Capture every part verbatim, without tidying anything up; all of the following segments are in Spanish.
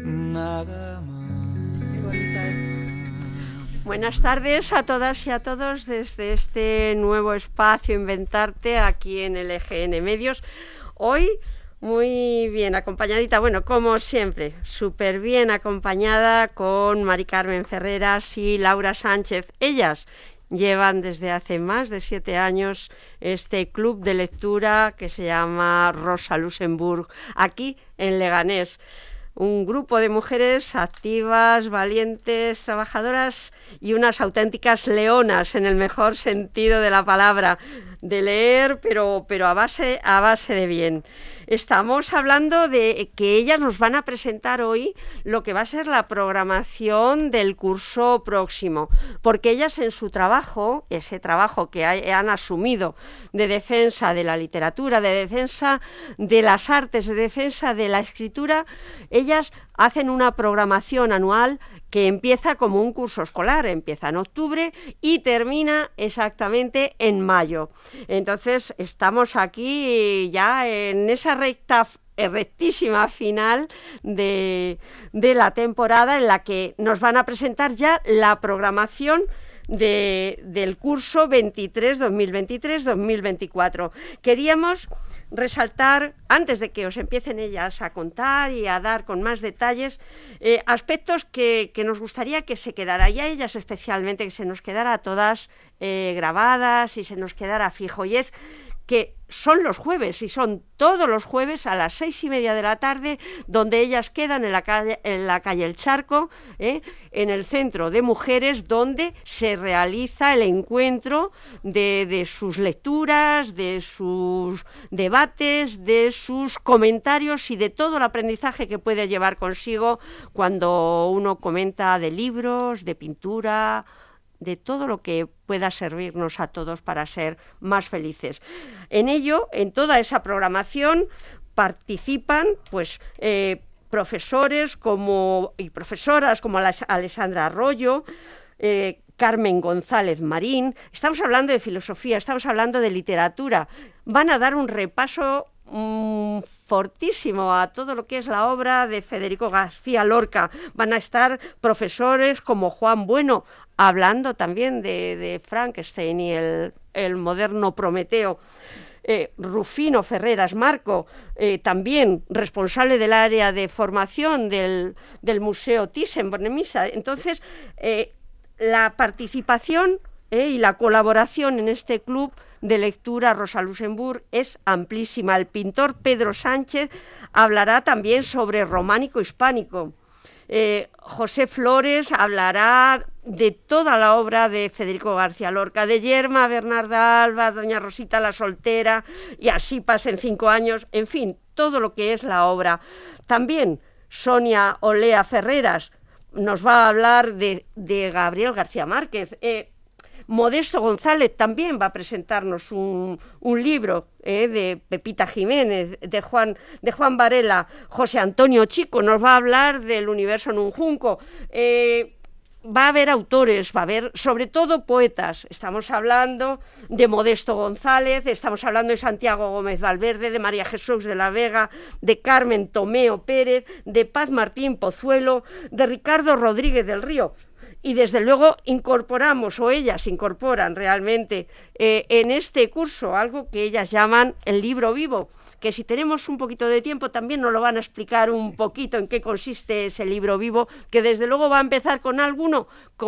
nada más. Qué bonita es. Buenas tardes a todas y a todos desde este nuevo espacio Inventarte aquí en L G N Medios. Hoy muy bien acompañadita, bueno, como siempre, súper bien acompañada con Mari Carmen Ferreras y Laura Sánchez. Ellas llevan desde hace más de siete años este club de lectura que se llama Rosa Luxemburg, aquí en Leganés. Un grupo de mujeres activas, valientes, trabajadoras y unas auténticas leonas en el mejor sentido de la palabra, de leer, pero, pero a base, a base de bien. Estamos hablando de que ellas nos van a presentar hoy lo que va a ser la programación del curso próximo, porque ellas en su trabajo, ese trabajo que hay, han asumido de defensa de la literatura, de defensa de las artes, de defensa de la escritura, ellas hacen una programación anual que empieza como un curso escolar, empieza en octubre y termina exactamente en mayo. Entonces estamos aquí ya en esa recta rectísima final de, de la temporada en la que nos van a presentar ya la programación de, del curso veintitrés dos mil veintitrés dos mil veinticuatro. Queríamos resaltar, antes de que os empiecen ellas a contar y a dar con más detalles, eh, aspectos que, que nos gustaría que se quedara, y a ellas especialmente, que se nos quedara a todas eh, grabadas y se nos quedara fijo, y es que son los jueves, y son todos los jueves a las seis y media de la tarde, donde ellas quedan en la calle, en la calle El Charco, ¿eh? en el Centro de Mujeres, donde se realiza el encuentro de, de sus lecturas, de sus debates, de sus comentarios y de todo el aprendizaje que puede llevar consigo cuando uno comenta de libros, de pintura, de todo lo que pueda servirnos a todos para ser más felices. En ello, en toda esa programación, participan pues eh, profesores como, y profesoras como Alessandra Arroyo, eh, Carmen González Marín. Estamos hablando de filosofía, estamos hablando de literatura. Van a dar un repaso Mm, fortísimo a todo lo que es la obra de Federico García Lorca. Van a estar profesores como Juan Bueno, hablando también de, de Frankenstein y el, el moderno Prometeo. Eh, Rufino Ferreras Marco, eh, también responsable del área de formación del, del Museo Thyssen-Bornemisza. Entonces, eh, la participación eh, y la colaboración en este club de lectura Rosa Luxemburg es amplísima. El pintor Pedro Sánchez hablará también sobre románico hispánico. Eh, José Flores hablará de toda la obra de Federico García Lorca, de Yerma Bernarda Alba, Doña Rosita la Soltera, y así pasen cinco años, en fin, todo lo que es la obra. También Sonia Olea Ferreras nos va a hablar de, de Gabriel García Márquez. Eh, Modesto González también va a presentarnos un, un libro eh, de Pepita Jiménez, de Juan, de Juan Varela. José Antonio Chico nos va a hablar del universo en un junco. Eh, va a haber autores, va a haber sobre todo poetas. Estamos hablando de Modesto González, estamos hablando de Santiago Gómez Valverde, de María Jesús de la Vega, de Carmen Tomeo Pérez, de Paz Martín Pozuelo, de Ricardo Rodríguez del Río. Y desde luego incorporamos, o ellas incorporan realmente eh, en este curso algo que ellas llaman el libro vivo, que si tenemos un poquito de tiempo también nos lo van a explicar un poquito en qué consiste ese libro vivo, que desde luego va a empezar con alguno,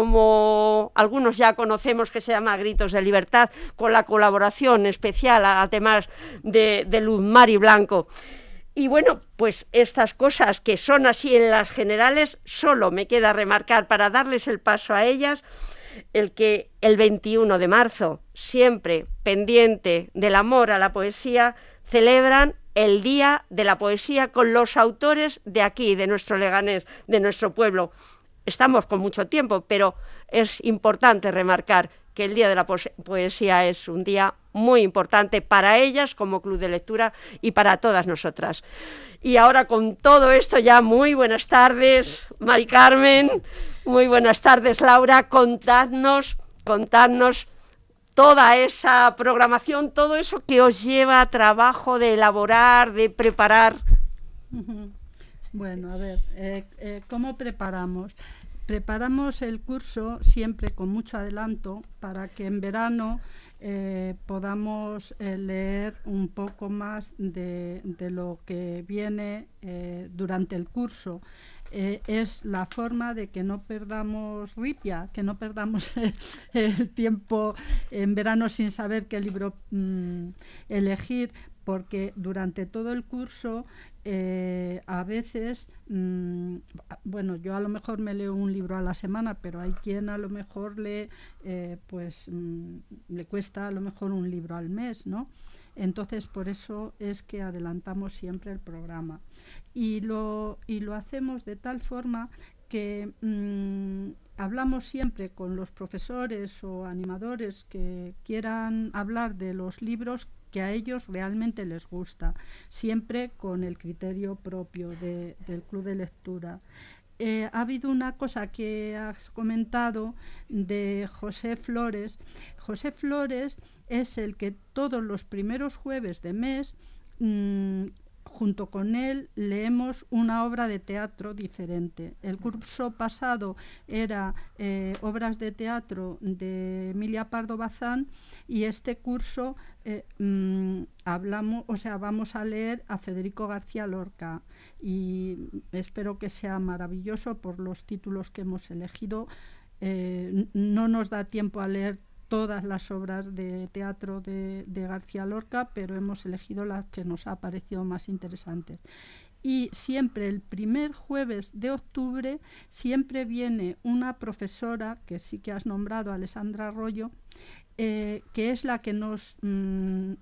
como algunos ya conocemos, que se llama Gritos de Libertad, con la colaboración especial, además de, de Luz Mari Blanco. Y bueno, pues estas cosas que son así en las generales, solo me queda remarcar para darles el paso a ellas, el que el veintiuno de marzo, siempre pendiente del amor a la poesía, celebran el Día de la Poesía con los autores de aquí, de nuestro Leganés, de nuestro pueblo. Estamos con mucho tiempo, pero es importante remarcar que el Día de la Poesía es un día muy importante para ellas como club de lectura y para todas nosotras. Y ahora con todo esto ya, muy buenas tardes, Mari Carmen, muy buenas tardes, Laura, contadnos, contadnos toda esa programación, todo eso que os lleva a trabajo de elaborar, de preparar. Bueno, a ver, eh, eh, ¿cómo preparamos? Preparamos el curso siempre con mucho adelanto para que en verano eh, podamos eh, leer un poco más de, de lo que viene eh, durante el curso. Eh, es la forma de que no perdamos ripia, que no perdamos el, el tiempo en verano sin saber qué libro mmm, elegir, porque durante todo el curso eh, a veces, mmm, bueno, yo a lo mejor me leo un libro a la semana, pero hay quien a lo mejor lee, eh, pues mmm, le cuesta a lo mejor un libro al mes, ¿no? Entonces, por eso es que adelantamos siempre el programa. Y lo, y lo hacemos de tal forma que mmm, hablamos siempre con los profesores o animadores que quieran hablar de los libros que a ellos realmente les gusta, siempre con el criterio propio de, del club de lectura. Eh, ha habido una cosa que has comentado de José Flores. José Flores es el que todos los primeros jueves de mes, mmm, junto con él leemos una obra de teatro diferente. El curso pasado era eh, obras de teatro de Emilia Pardo Bazán y este curso eh, mmm, hablamos, o sea, vamos a leer a Federico García Lorca y espero que sea maravilloso por los títulos que hemos elegido. Eh, no nos da tiempo a leer todas las obras de teatro de, de García Lorca, pero hemos elegido las que nos ha parecido más interesantes. Y siempre el primer jueves de octubre siempre viene una profesora, que sí que has nombrado, Alessandra Arroyo, eh, que es la que nos, mmm,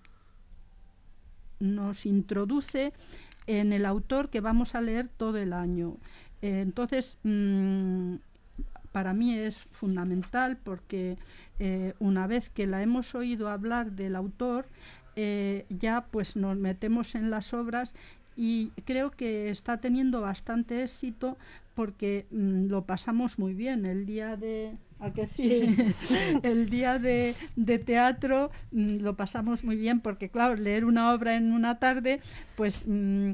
nos introduce en el autor que vamos a leer todo el año. Eh, entonces, mmm, para mí es fundamental porque eh, una vez que la hemos oído hablar del autor, eh, ya pues nos metemos en las obras y creo que está teniendo bastante éxito porque mmm, lo pasamos muy bien el día de... ¿A que sí? Sí. El día de, de teatro mmm, lo pasamos muy bien porque claro, leer una obra en una tarde pues... Mmm,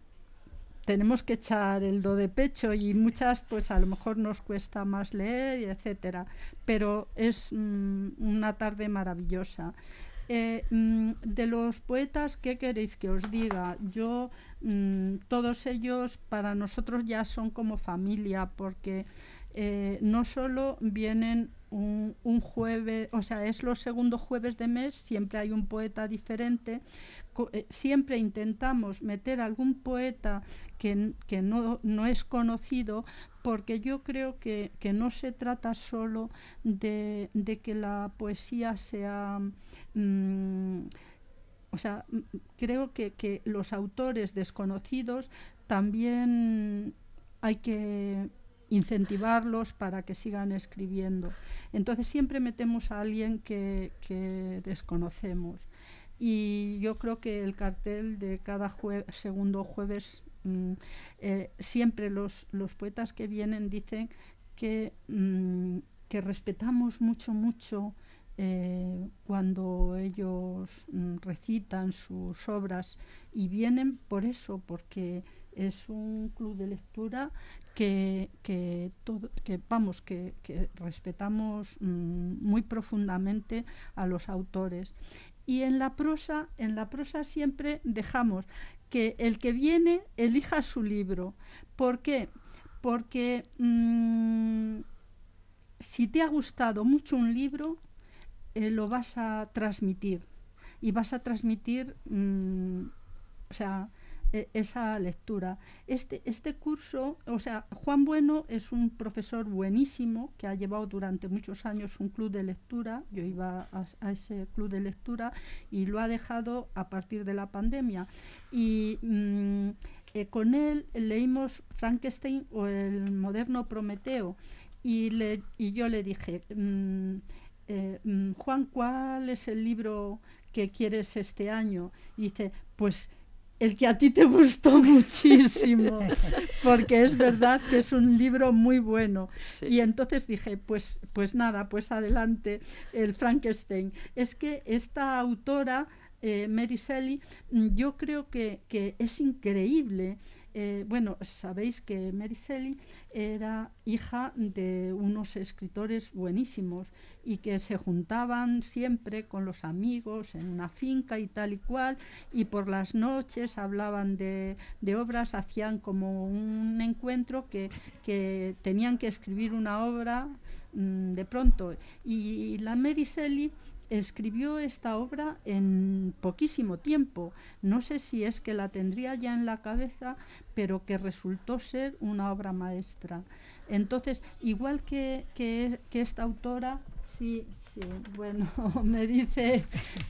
tenemos que echar el do de pecho y muchas pues a lo mejor nos cuesta más leer y etcétera, pero es mmm, una tarde maravillosa. Eh, mmm, de los poetas, ¿qué queréis que os diga? Yo, mmm, todos ellos para nosotros ya son como familia porque eh, no solo vienen un, un jueves, o sea, es los segundos jueves de mes, siempre hay un poeta diferente. Siempre intentamos meter algún poeta que, que no, no es conocido porque yo creo que, que no se trata solo de, de que la poesía sea... Mmm, o sea, creo que, que los autores desconocidos también hay que incentivarlos para que sigan escribiendo. Entonces siempre metemos a alguien que, que desconocemos. Y yo creo que el cartel de cada jue segundo jueves, mmm, eh, siempre los, los poetas que vienen dicen que, mmm, que respetamos mucho, mucho eh, cuando ellos mmm, recitan sus obras y vienen por eso, porque es un club de lectura que, que, todo, que vamos, que, que respetamos mmm, muy profundamente a los autores. Y en la prosa, en la prosa siempre dejamos que el que viene elija su libro. ¿Por qué? Porque mmm, si te ha gustado mucho un libro, eh, lo vas a transmitir. Y vas a transmitir, mmm, o sea, esa lectura. Este, este curso, o sea, Juan Bueno es un profesor buenísimo que ha llevado durante muchos años un club de lectura. Yo iba a, a ese club de lectura y lo ha dejado a partir de la pandemia. Y mmm, eh, con él leímos Frankenstein o el moderno Prometeo y, le, y yo le dije, mmm, eh, mmm, Juan, ¿cuál es el libro que quieres este año? Y dice, pues el que a ti te gustó muchísimo, porque es verdad que es un libro muy bueno. Sí. Y entonces dije, pues, pues nada, pues adelante, el Frankenstein. Es que esta autora, eh, Mary Shelley, yo creo que, que es increíble eh, bueno, sabéis que Mary Shelley era hija de unos escritores buenísimos y que se juntaban siempre con los amigos en una finca y tal y cual, y por las noches hablaban de, de obras, hacían como un encuentro que, que tenían que escribir una obra mmm, de pronto. Y la Mary Shelley escribió esta obra en poquísimo tiempo. No sé si es que la tendría ya en la cabeza, pero que resultó ser una obra maestra. Entonces, igual que, que, que esta autora, sí, sí, bueno, me dice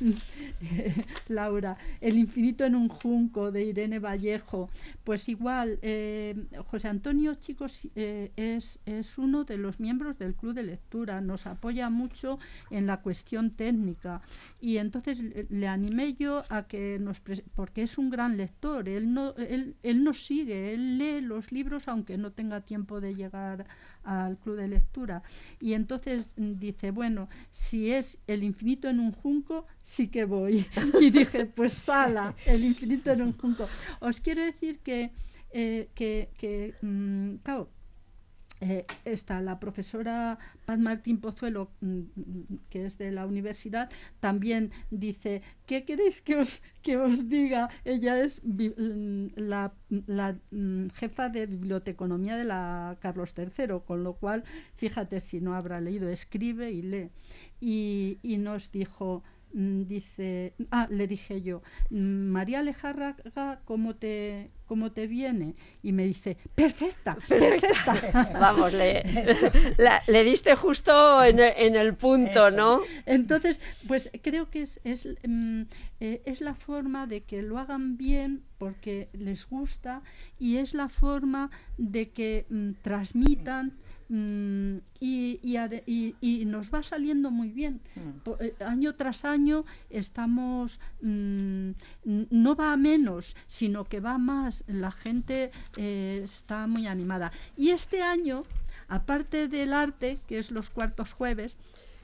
Laura, El infinito en un junco, de Irene Vallejo, pues igual, eh, José Antonio Chicos eh, es, es uno de los miembros del Club de Lectura, nos apoya mucho en la cuestión técnica, y entonces le, le animé yo a que nos, porque es un gran lector, él, no, él, él nos sigue, él lee los libros aunque no tenga tiempo de llegar al Club de Lectura, y entonces dice, bueno, si es El infinito en un junco, sí que voy. Y dije, pues sala, El infinito en un junco. Os quiero decir que, eh, que, que mmm, claro, eh, está la profesora Paz Martín Pozuelo, mmm, que es de la universidad, también dice, ¿qué queréis que os, que os diga? Ella es la, la mm, jefa de biblioteconomía de la Carlos tercero, con lo cual, fíjate si no habrá leído, escribe y lee. Y, y nos dijo, mm, dice, ah, le dije yo, María Alejárraga, ¿cómo te, cómo te viene? Y me dice, perfecta, perfecta. perfecta. Vamos, le, la, le diste justo en, en el punto, eso, ¿no? Entonces, pues creo que es, es, mm, eh, es la forma de que lo hagan bien porque les gusta, y es la forma de que mm, transmitan. Mm, y, y, y, y nos va saliendo muy bien. Mm. Eh, año tras año estamos, mm, no va a menos, sino que va más. La gente eh, está muy animada. Y este año, aparte del arte, que es los cuartos jueves,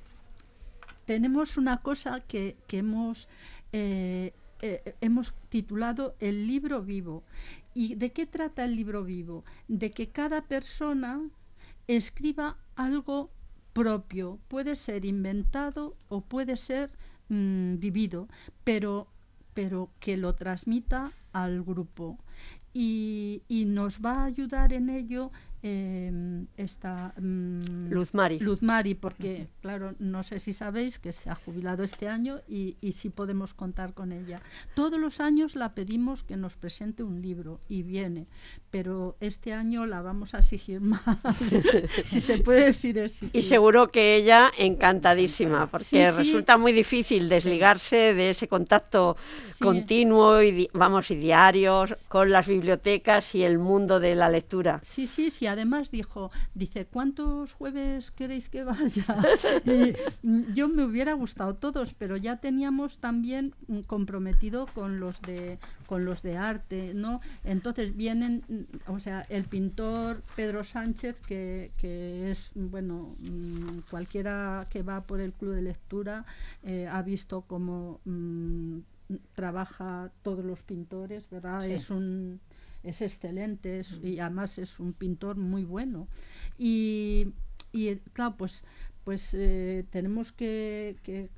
tenemos una cosa que, que hemos, eh, eh, hemos titulado El libro vivo. ¿Y de qué trata el libro vivo? De que cada persona escriba algo propio, puede ser inventado o puede ser mmm, vivido, pero, pero que lo transmita al grupo. Y, y nos va a ayudar en ello eh, esta um, Luz Mari. Luz Mari, porque, uh-huh. claro, no sé si sabéis que se ha jubilado este año y, y sí podemos contar con ella. Todos los años la pedimos que nos presente un libro y viene, pero este año la vamos a exigir más, si se puede decir eso. Y seguro que ella encantadísima, porque sí, sí. resulta muy difícil desligarse sí. de ese contacto sí. continuo y, di- vamos, y diario con las bibliotecas y el mundo de la lectura. Sí, sí, sí. Además dijo, dice, ¿cuántos jueves queréis que vaya? Y yo me hubiera gustado todos, pero ya teníamos también comprometido con los de con los de arte, ¿no? Entonces vienen, o sea, el pintor Pedro Sánchez, que, que es, bueno, cualquiera que va por el Club de Lectura eh, ha visto cómo mmm, trabaja todos los pintores, ¿verdad? Sí. Es un es excelente es, y además es un pintor muy bueno. Y, y claro, pues, pues eh, tenemos que, que,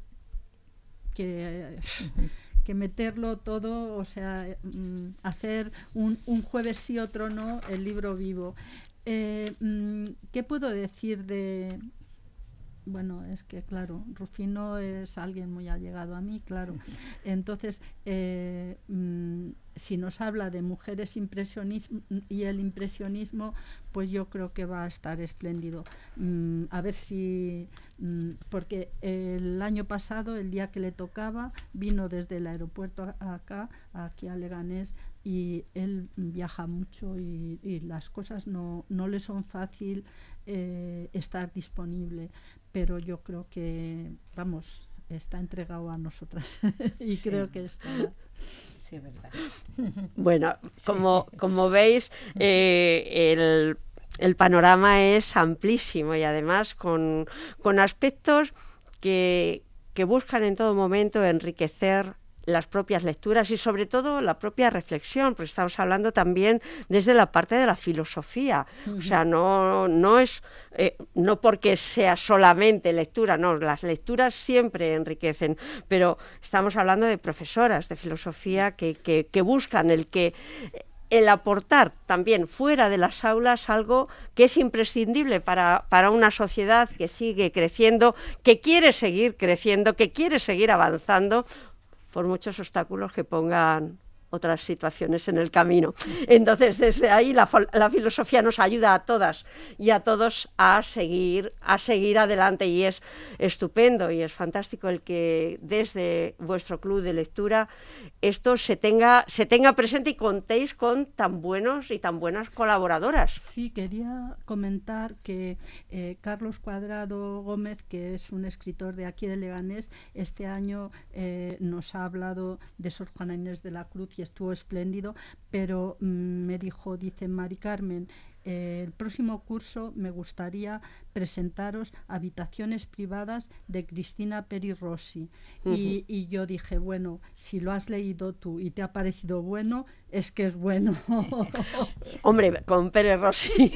que, que meterlo todo, o sea, mm, hacer un, un jueves sí, otro no, el libro vivo. Eh, mm, ¿Qué puedo decir de...? Bueno, es que claro, Rufino es alguien muy allegado a mí, claro. Entonces, eh, mmm, si nos habla de mujeres impresionismo y el impresionismo, pues yo creo que va a estar espléndido. Mm, a ver si... Mm, porque el año pasado, el día que le tocaba, vino desde el aeropuerto a, acá, aquí a Leganés, y él viaja mucho y, y las cosas no, no le son fácil eh, estar disponible. Pero yo creo que, vamos, está entregado a nosotras y sí. creo que está... Sí, es verdad. Bueno, como, sí. como veis, eh, el, el panorama es amplísimo y además con, con aspectos que, que buscan en todo momento enriquecer las propias lecturas y sobre todo la propia reflexión, porque estamos hablando también desde la parte de la filosofía. Uh-huh. O sea, no, no es eh, no porque sea solamente lectura, no, las lecturas siempre enriquecen, pero estamos hablando de profesoras de filosofía que, que, que buscan el que el aportar también fuera de las aulas algo que es imprescindible para, para una sociedad que sigue creciendo, que quiere seguir creciendo, que quiere seguir avanzando, por muchos obstáculos que pongan otras situaciones en el camino. Entonces, desde ahí la, la filosofía nos ayuda a todas y a todos a seguir, a seguir adelante, y es estupendo y es fantástico el que desde vuestro club de lectura esto se tenga, se tenga presente y contéis con tan buenos y tan buenas colaboradoras. Sí, quería comentar que eh, Carlos Cuadrado Gómez, que es un escritor de aquí de Leganés, este año eh, nos ha hablado de Sor Juana Inés de la Cruz y estuvo espléndido, pero mm, me dijo, dice Mari Carmen, eh, el próximo curso me gustaría presentaros Habitaciones privadas de Cristina Peri Rossi. Uh-huh. y, y yo dije, bueno, si lo has leído tú y te ha parecido bueno, es que es bueno. Hombre, con Peri Rossi,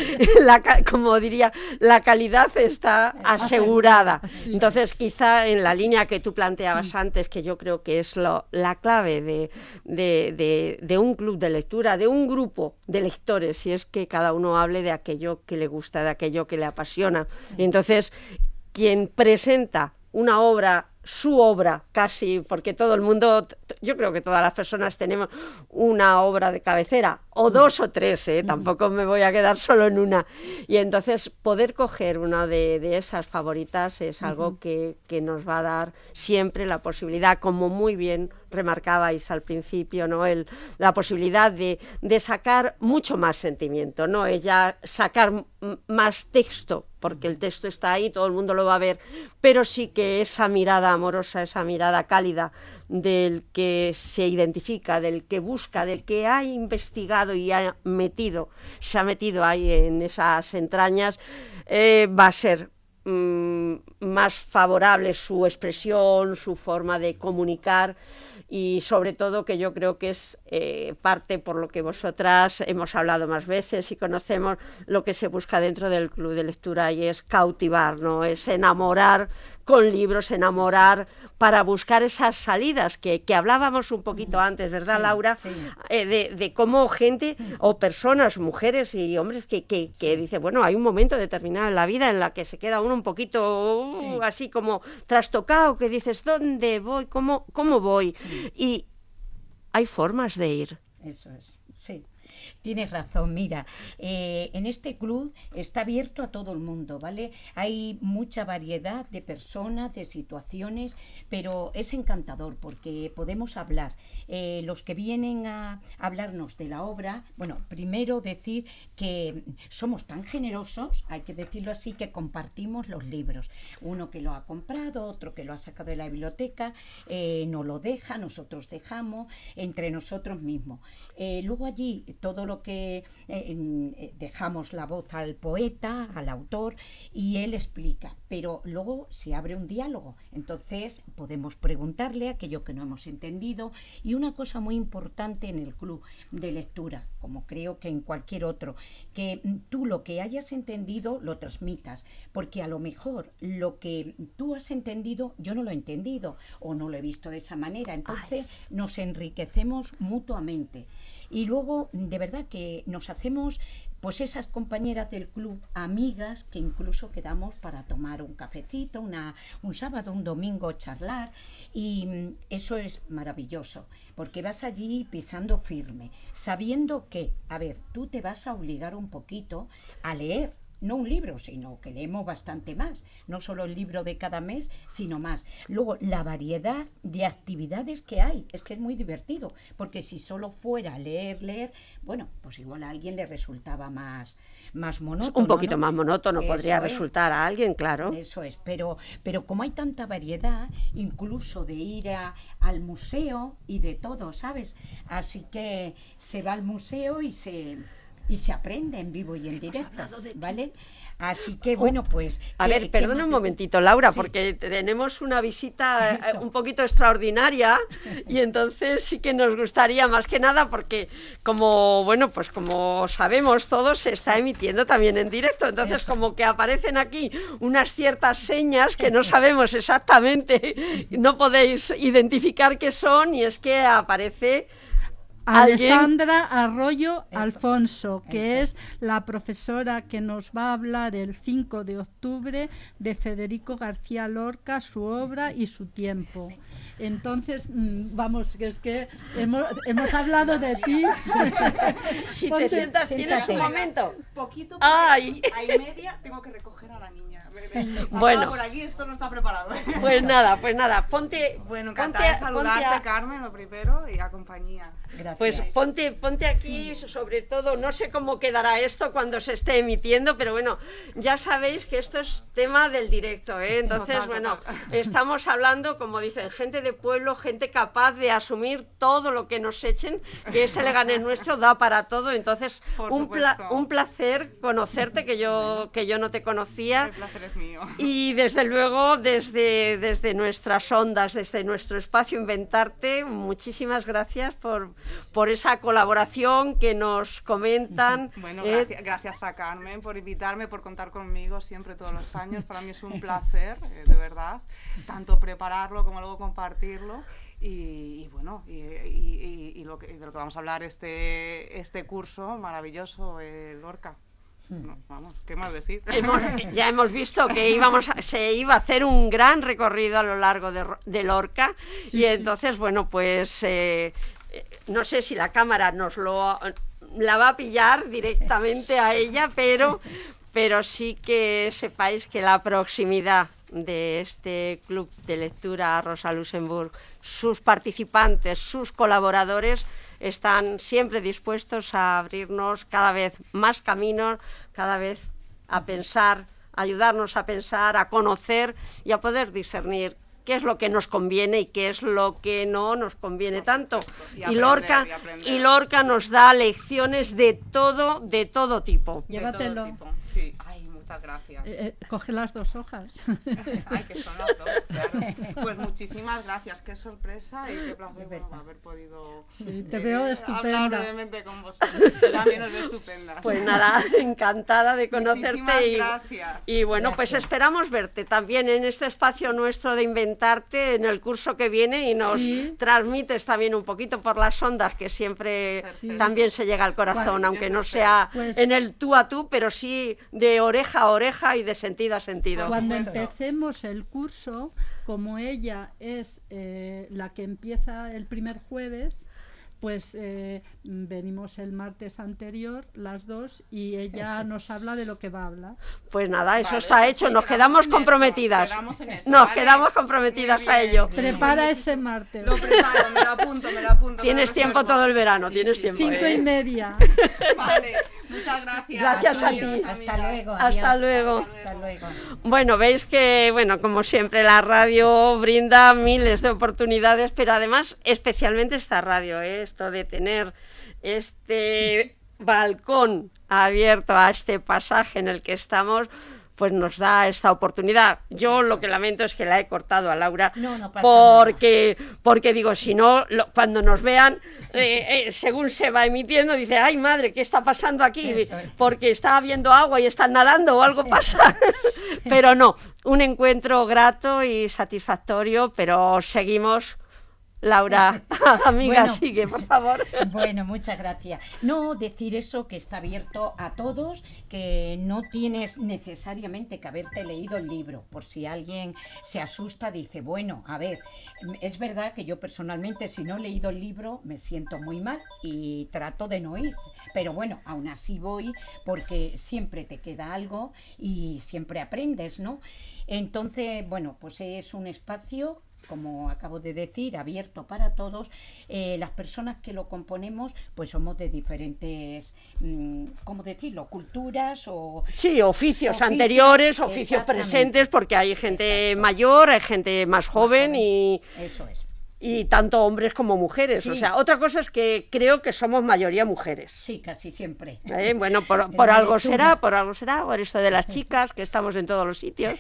la, como diría, la calidad está asegurada. Sí. Entonces, quizá en la línea que tú planteabas sí. antes, que yo creo que es lo, la clave de, de, de, de un club de lectura, de un grupo de lectores, si es que cada uno hable de aquello que le gusta, de aquello que le apasiona. Y entonces, quien presenta una obra, su obra casi, porque todo el mundo, yo creo que todas las personas tenemos una obra de cabecera, o dos o tres, ¿eh? Tampoco me voy a quedar solo en una. Y entonces poder coger una de, de esas favoritas es algo uh-huh. que, que nos va a dar siempre la posibilidad, como muy bien remarcabais al principio, ¿no? El, la posibilidad de, de sacar mucho más sentimiento, no es ya sacar m- más texto, porque el texto está ahí, todo el mundo lo va a ver, pero sí que esa mirada amorosa, esa mirada cálida del que se identifica, del que busca, del que ha investigado y ha metido, se ha metido ahí en esas entrañas, eh, va a ser mmm, más favorable su expresión, su forma de comunicar, y sobre todo que yo creo que es eh, parte por lo que vosotras hemos hablado más veces y conocemos lo que se busca dentro del club de lectura, y es cautivar, ¿no? Es enamorar con libros, enamorar para buscar esas salidas que, que hablábamos un poquito antes, ¿verdad, sí, Laura? Sí. Eh, de, de cómo gente o personas, mujeres y hombres que, que, que sí. dice, bueno, hay un momento determinado en la vida en la que se queda uno un poquito uh, sí. así como trastocado, que dices, ¿dónde voy? ¿Cómo, cómo voy? Sí. Y hay formas de ir. Eso es, sí. Tienes razón, mira, eh, en este club está abierto a todo el mundo, ¿vale? Hay mucha variedad de personas, de situaciones, pero es encantador porque podemos hablar. Eh, los que vienen a hablarnos de la obra, bueno, primero decir que somos tan generosos, hay que decirlo así, que compartimos los libros. Uno que lo ha comprado, otro que lo ha sacado de la biblioteca, eh, no lo deja, nosotros dejamos, entre nosotros mismos. Eh, luego allí todo lo que eh, eh, dejamos la voz al poeta, al autor, y él explica, pero luego se abre un diálogo, entonces podemos preguntarle aquello que no hemos entendido. Y una cosa muy importante en el club de lectura, como creo que en cualquier otro, que tú lo que hayas entendido lo transmitas, porque a lo mejor lo que tú has entendido yo no lo he entendido o no lo he visto de esa manera, entonces Ay. nos enriquecemos mutuamente. Y luego, de verdad que nos hacemos, pues esas compañeras del club, amigas, que incluso quedamos para tomar un cafecito, una, un sábado, un domingo, charlar, y eso es maravilloso, porque vas allí pisando firme, sabiendo que, a ver, tú te vas a obligar un poquito a leer, no un libro, sino que leemos bastante más, no solo el libro de cada mes, sino más. Luego, la variedad de actividades que hay, es que es muy divertido, porque si solo fuera leer, leer, bueno, pues igual a alguien le resultaba más, más monótono. Un poquito, ¿no? Más monótono Eso podría es. resultar a alguien, claro. Eso es, pero, pero como hay tanta variedad, incluso de ir a, al museo y de todo, ¿sabes? Así que se va al museo y se... y se aprende en vivo y en directo, ¿vale? Así que, bueno, pues... A ¿qué- ver, qué perdona más un de- momentito, Laura, Sí. porque tenemos una visita eh, Eso. un poquito extraordinaria y entonces sí que nos gustaría, más que nada, porque como, bueno, pues como sabemos todos, se está emitiendo también en directo, entonces Eso. como que aparecen aquí unas ciertas señas que no sabemos exactamente, no podéis identificar qué son, y es que aparece... ¿Alguien? Alessandra Arroyo Eso. Alfonso, que Eso. es la profesora que nos va a hablar el cinco de octubre de Federico García Lorca, su obra y su tiempo. Entonces, mm, vamos, que es que hemos, hemos hablado de ti. Si te Ponte- sientas, tienes un siéntate. momento. Poquito, porque Ay. a y media tengo que recoger a la niña. Me- me- pasaba Bueno. por aquí, esto no está preparado. Pues nada, pues nada, ponte... Bueno, ponte encantada a- de saludarte, ponte a- Carmen, lo primero, y a compañía. Gracias. Pues ponte, ponte aquí, sobre todo, no sé cómo quedará esto cuando se esté emitiendo, pero bueno, ya sabéis que esto es tema del directo, ¿eh? Entonces, Total, bueno, total. estamos hablando, como dicen, gente de pueblo, gente capaz de asumir todo lo que nos echen, que este Leganés nuestro da para todo, entonces Por un, pla- supuesto. un placer conocerte, que yo, que yo no te conocía. El placer es mío. Y desde luego, desde, desde nuestras ondas, desde nuestro espacio Inventarte, muchísimas gracias por, por esa colaboración que nos comentan. Bueno, eh, gracias, gracias a Carmen por invitarme, por contar conmigo siempre todos los años. Para mí es un placer, eh, de verdad, tanto prepararlo como luego compartirlo. Y, y bueno, y, y- y- y lo que, de lo que vamos a hablar este, este curso maravilloso, eh, Lorca. No, vamos, ¿qué más decir? hemos- ya hemos visto que íbamos a- se iba a hacer un gran recorrido a lo largo de, Ro- de Lorca, Sí, y sí. entonces, bueno, pues eh, eh, no sé si la cámara nos lo la va a pillar directamente a ella, pero, pero sí que sepáis que la proximidad de este club de lectura Rosa Luxemburg, sus participantes, sus colaboradores, están siempre dispuestos a abrirnos cada vez más caminos, cada vez a pensar, a ayudarnos a pensar, a conocer y a poder discernir qué es lo que nos conviene y qué es lo que no nos conviene tanto. Y Y aprender, Lorca, y aprender. y Lorca nos da lecciones de todo, de todo tipo. De Llévatelo. todo tipo. Sí, ay, muchas gracias. Eh, eh, coge las dos hojas. Ay, que son las dos, claro. Pues muchísimas gracias, qué sorpresa y qué placer, Es bueno, verdad. haber podido Sí, te veo estupenda. hablar brevemente con vosotros. Yo también os veo estupendas. Pues nada, encantada de conocerte. Muchísimas y, gracias. y bueno, pues Gracias. esperamos verte también en este espacio nuestro de Inventarte en el curso que viene, y nos Sí. transmites también un poquito por las ondas, que siempre Perfecto. también se llega al corazón, Bueno, aunque eso no espero. sea Pues- en el tú a tú, pero sí de oreja a oreja y de sentido a sentido. Cuando supuesto. empecemos el curso, como ella es eh, la que empieza el primer jueves, pues eh, venimos el martes anterior, las dos, y ella nos habla de lo que va a hablar. Pues nada, eso Vale, está pues hecho, sí, nos quedamos quedamos en eso, comprometidas. quedamos en eso, Nos ¿vale? quedamos comprometidas Muy a bien. ello. Prepara ese martes. Lo preparo, me lo apunto, me lo apunto. me lo Tienes tiempo reservo. todo el verano, Sí, tienes sí, tiempo, sí. Cinco ¿eh? y media. Vale, muchas gracias. Gracias a Adiós, ti. Hasta amigas. luego. Hasta adiós. luego. Hasta luego. Bueno, veis que, bueno, como siempre, la radio brinda miles de oportunidades, pero además, especialmente esta radio, ¿eh? Esto de tener este balcón abierto a este pasaje en el que estamos, pues nos da esta oportunidad. Yo lo que lamento es que la he cortado a Laura, No, no pasa porque, porque digo, si no, lo- cuando nos vean, eh, eh, según se va emitiendo, dice, ay madre, ¿qué está pasando aquí? Eso es. Porque está habiendo agua y están nadando o algo pasa. Pero no, un encuentro grato y satisfactorio, pero seguimos. Laura, amiga, Bueno. sigue, por favor. Bueno, muchas gracias. No, decir eso, que está abierto a todos, que no tienes necesariamente que haberte leído el libro. Por si alguien se asusta, dice, bueno, a ver, es verdad que yo personalmente, si no he leído el libro, me siento muy mal y trato de no ir. Pero bueno, aún así voy porque siempre te queda algo y siempre aprendes, ¿no? Entonces, bueno, pues es un espacio, como acabo de decir, abierto para todos. Eh, las personas que lo componemos, pues somos de diferentes, mm, ¿cómo decirlo?, culturas o... Sí, oficios, Oficios, anteriores, oficios exactamente. presentes, porque hay gente Exacto. mayor, hay gente más joven joven. y, Eso es. y tanto hombres como mujeres. Sí. O sea, otra cosa es que creo que somos mayoría mujeres. Sí, casi siempre. ¿Eh? Bueno, por, En por la algo lectura. será, por algo será, por esto de las chicas, que estamos en todos los sitios.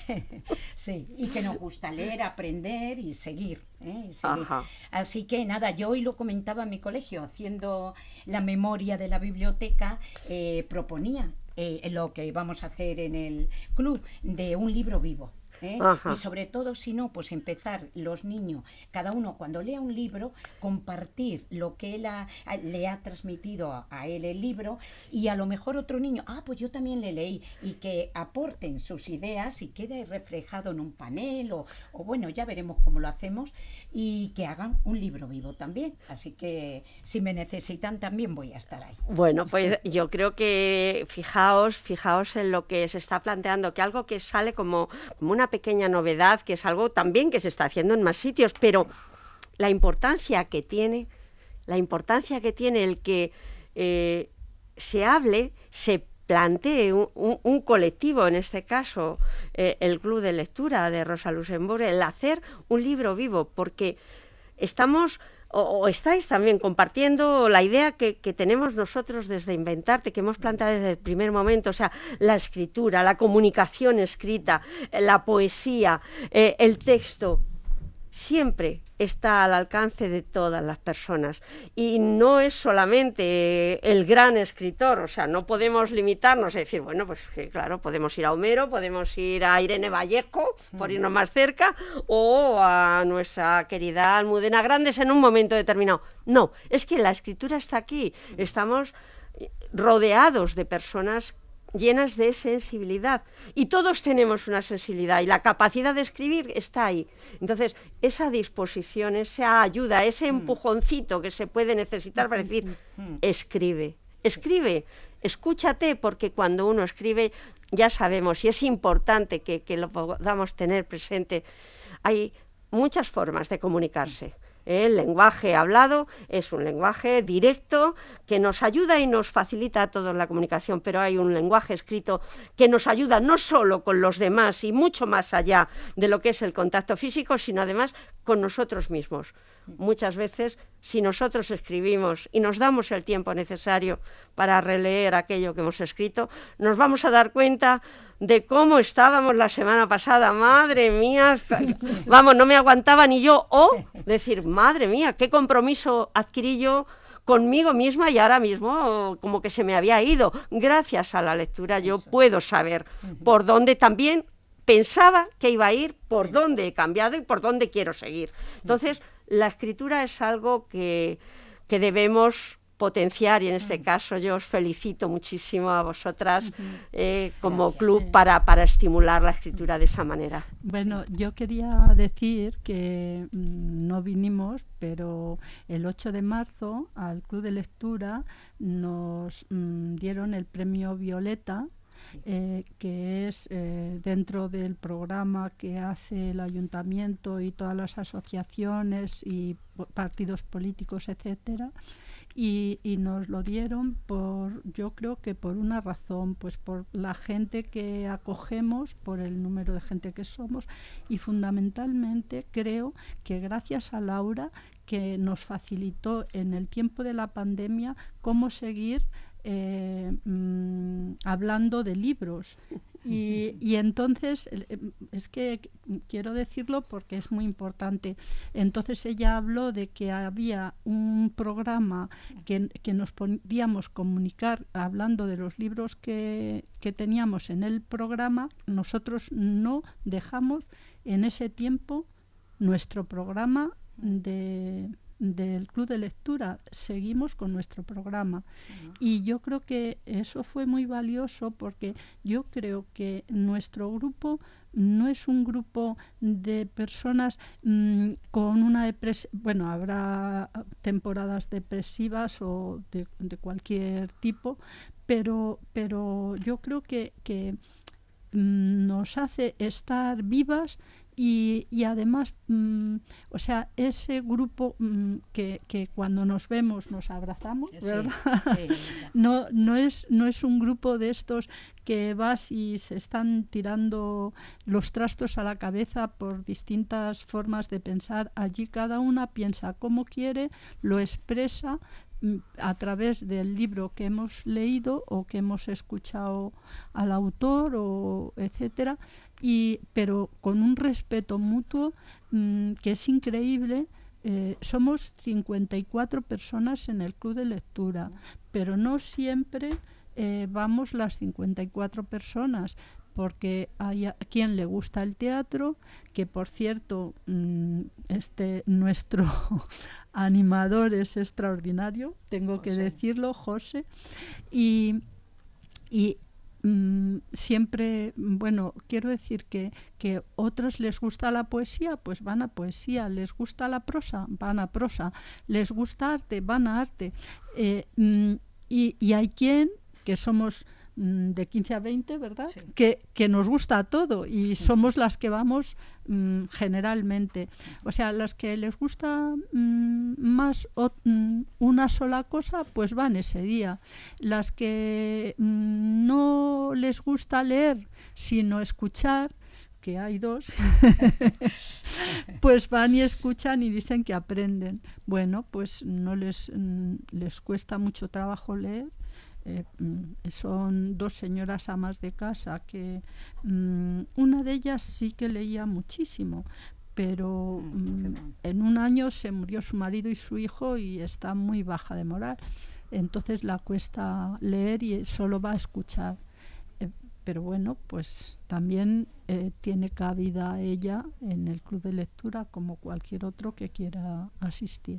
Sí, y que nos gusta leer, aprender y seguir. ¿eh? Y seguir. Ajá. Así que nada, yo hoy lo comentaba en mi colegio, haciendo la memoria de la biblioteca, eh, proponía eh, lo que vamos a hacer en el club, de un libro vivo. ¿eh? Ajá. Y sobre todo, si no, pues empezar los niños, cada uno cuando lea un libro, compartir lo que él ha- a- le ha transmitido a, a él el libro, y a lo mejor otro niño, ah, pues yo también le leí, y que aporten sus ideas y quede reflejado en un panel, o, o bueno, ya veremos cómo lo hacemos, y que hagan un libro vivo también. Así que si me necesitan también voy a estar ahí. Bueno, pues yo creo que fijaos, fijaos en lo que se está planteando, que algo que sale como, como una pequeña novedad, que es algo también que se está haciendo en más sitios, pero la importancia que tiene, la importancia que tiene el que eh, se hable, se plantee un, un- un colectivo, en este caso eh, el Club de Lectura de Rosa Luxemburgo, el hacer un libro vivo, porque estamos o, o estáis también compartiendo la idea que, que tenemos nosotros desde Inventarte, que hemos planteado desde el primer momento, o sea, la escritura, la comunicación escrita, eh, la poesía, eh, el texto, siempre está al alcance de todas las personas, y no es solamente el gran escritor, o sea, no podemos limitarnos a decir, bueno, pues que claro, podemos ir a Homero, podemos ir a Irene Vallejo, por irnos más cerca, o a nuestra querida Almudena Grandes en un momento determinado. No, es que la escritura está aquí, estamos rodeados de personas llenas de sensibilidad, y todos tenemos una sensibilidad, y la capacidad de escribir está ahí. Entonces, esa disposición, esa ayuda, ese empujoncito que se puede necesitar para decir, escribe, escribe, escúchate, porque cuando uno escribe, ya sabemos, y es importante que, que lo podamos tener presente, hay muchas formas de comunicarse. El lenguaje hablado es un lenguaje directo que nos ayuda y nos facilita a todos la comunicación, pero hay un lenguaje escrito que nos ayuda no solo con los demás y mucho más allá de lo que es el contacto físico, sino además con nosotros mismos. Muchas veces, si nosotros escribimos y nos damos el tiempo necesario para releer aquello que hemos escrito, nos vamos a dar cuenta de cómo estábamos la semana pasada. Madre mía, vamos, no me aguantaba ni yo, o decir, madre mía, qué compromiso adquirí yo conmigo misma, y ahora mismo como que se me había ido. Gracias a la lectura yo Eso. puedo saber por dónde también pensaba que iba a ir, por dónde he cambiado y por dónde quiero seguir. Entonces, la escritura es algo que, que debemos potenciar, y en este caso yo os felicito muchísimo a vosotras eh, como Gracias. club para, para estimular la escritura de esa manera. Bueno, yo quería decir que mm, no vinimos, pero el ocho de marzo al Club de Lectura nos mm, dieron el premio Violeta, eh, que es eh, dentro del programa que hace el ayuntamiento y todas las asociaciones y po- partidos políticos, etcétera. Y, y nos lo dieron por, yo creo que por una razón, pues por la gente que acogemos, por el número de gente que somos, y fundamentalmente creo que gracias a Laura, que nos facilitó en el tiempo de la pandemia cómo seguir eh, mm, hablando de libros. Y, y entonces, eh, es que quiero decirlo porque es muy importante. Entonces ella habló de que había un programa que, que nos podíamos comunicar hablando de los libros que, que teníamos en el programa. Nosotros no dejamos en ese tiempo nuestro programa de... del Club de Lectura, seguimos con nuestro programa. Uh-huh. Y yo creo que eso fue muy valioso, porque yo creo que nuestro grupo no es un grupo de personas mmm, con una depresión. Bueno, habrá temporadas depresivas o de, de cualquier tipo, pero, pero yo creo que, que mmm, nos hace estar vivas Y, y además, mmm, o sea, ese grupo mmm, que, que cuando nos vemos nos abrazamos, ¿verdad? Sí, sí, no, no, es, no es un grupo de estos que vas y se están tirando los trastos a la cabeza por distintas formas de pensar. Allí cada una piensa como quiere, lo expresa a través del libro que hemos leído o que hemos escuchado al autor, o etcétera, y, pero con un respeto mutuo mmm, que es increíble. Eh, somos cincuenta y cuatro personas en el club de lectura, pero no siempre eh, vamos las cincuenta y cuatro personas, porque hay a quien le gusta el teatro, que por cierto, mmm, este nuestro animador es extraordinario, tengo José. que decirlo, José, y, y mmm, siempre, bueno, quiero decir que, que otros les gusta la poesía, pues van a poesía, les gusta la prosa, van a prosa, les gusta arte, van a arte, eh, mmm, y, y hay quien, que somos de quince a veinte, ¿verdad? Sí. Que, que nos gusta todo y somos las que vamos mmm, generalmente. O sea, las que les gusta mmm, más o, mmm, una sola cosa, pues van ese día. Las que mmm, no les gusta leer, sino escuchar, que hay dos, pues van y escuchan y dicen que aprenden. Bueno, pues no les, mmm, les cuesta mucho trabajo leer. Eh, son dos señoras amas de casa que mmm, una de ellas sí que leía muchísimo, pero mmm, en un año se murió su marido y su hijo y está muy baja de moral, entonces la cuesta leer y solo va a escuchar. Eh, pero bueno, pues también eh, tiene cabida ella en el club de lectura como cualquier otro que quiera asistir.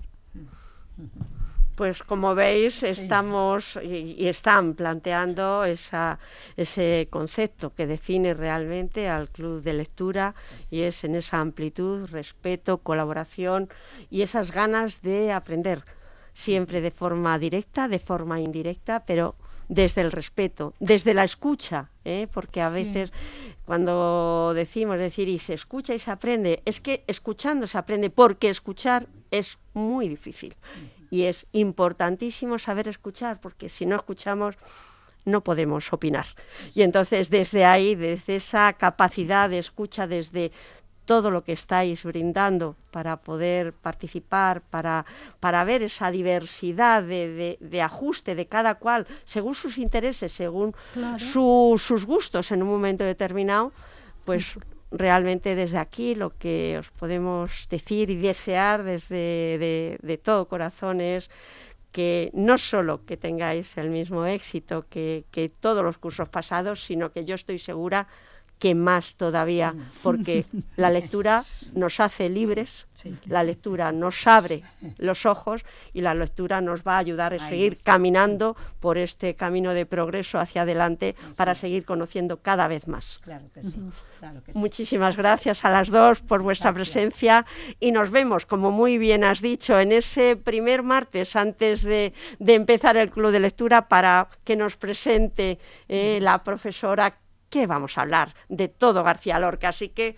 Pues como veis, estamos y, y están planteando esa, ese concepto que define realmente al club de lectura, y es en esa amplitud, respeto, colaboración y esas ganas de aprender, siempre de forma directa, de forma indirecta, pero desde el respeto, desde la escucha, ¿eh? Porque a veces sí. Cuando decimos decir y se escucha y se aprende, es que escuchando se aprende, porque escuchar es muy difícil. Y es importantísimo saber escuchar, porque si no escuchamos no podemos opinar. Y entonces desde ahí, desde esa capacidad de escucha, desde todo lo que estáis brindando para poder participar, para, para ver esa diversidad de, de, de ajuste de cada cual, según sus intereses, según claro. su, sus gustos en un momento determinado, pues realmente desde aquí lo que os podemos decir y desear desde de, de todo corazón es que no solo que tengáis el mismo éxito que, que todos los cursos pasados, sino que yo estoy segura que más todavía, porque la lectura nos hace libres, sí. La lectura nos abre los ojos y la lectura nos va a ayudar a seguir caminando por este camino de progreso hacia adelante sí. Para seguir conociendo cada vez más. Claro que sí, claro que sí. Muchísimas gracias a las dos por vuestra gracias. Presencia y nos vemos, como muy bien has dicho, en ese primer martes antes de, de empezar el club de lectura para que nos presente eh, la profesora. ¿Qué vamos a hablar? De todo García Lorca, así que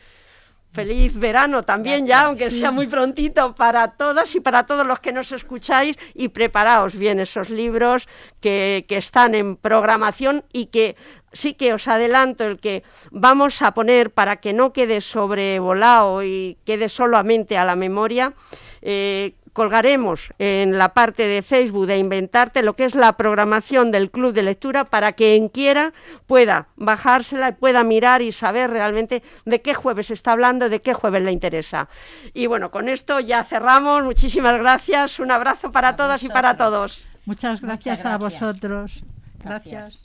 feliz verano también ya, aunque sí. sea muy prontito para todas y para todos los que nos escucháis, y preparaos bien esos libros que, que están en programación y que sí que os adelanto el que vamos a poner para que no quede sobrevolado y quede solamente a la memoria. Eh, colgaremos en la parte de Facebook de Inventarte lo que es la programación del Club de Lectura para que quien quiera pueda bajársela y pueda mirar y saber realmente de qué jueves está hablando, de qué jueves le interesa. Y bueno, con esto ya cerramos. Muchísimas gracias. Un abrazo para todas y para todos. Muchas gracias, Muchas gracias. a vosotros. Gracias. gracias.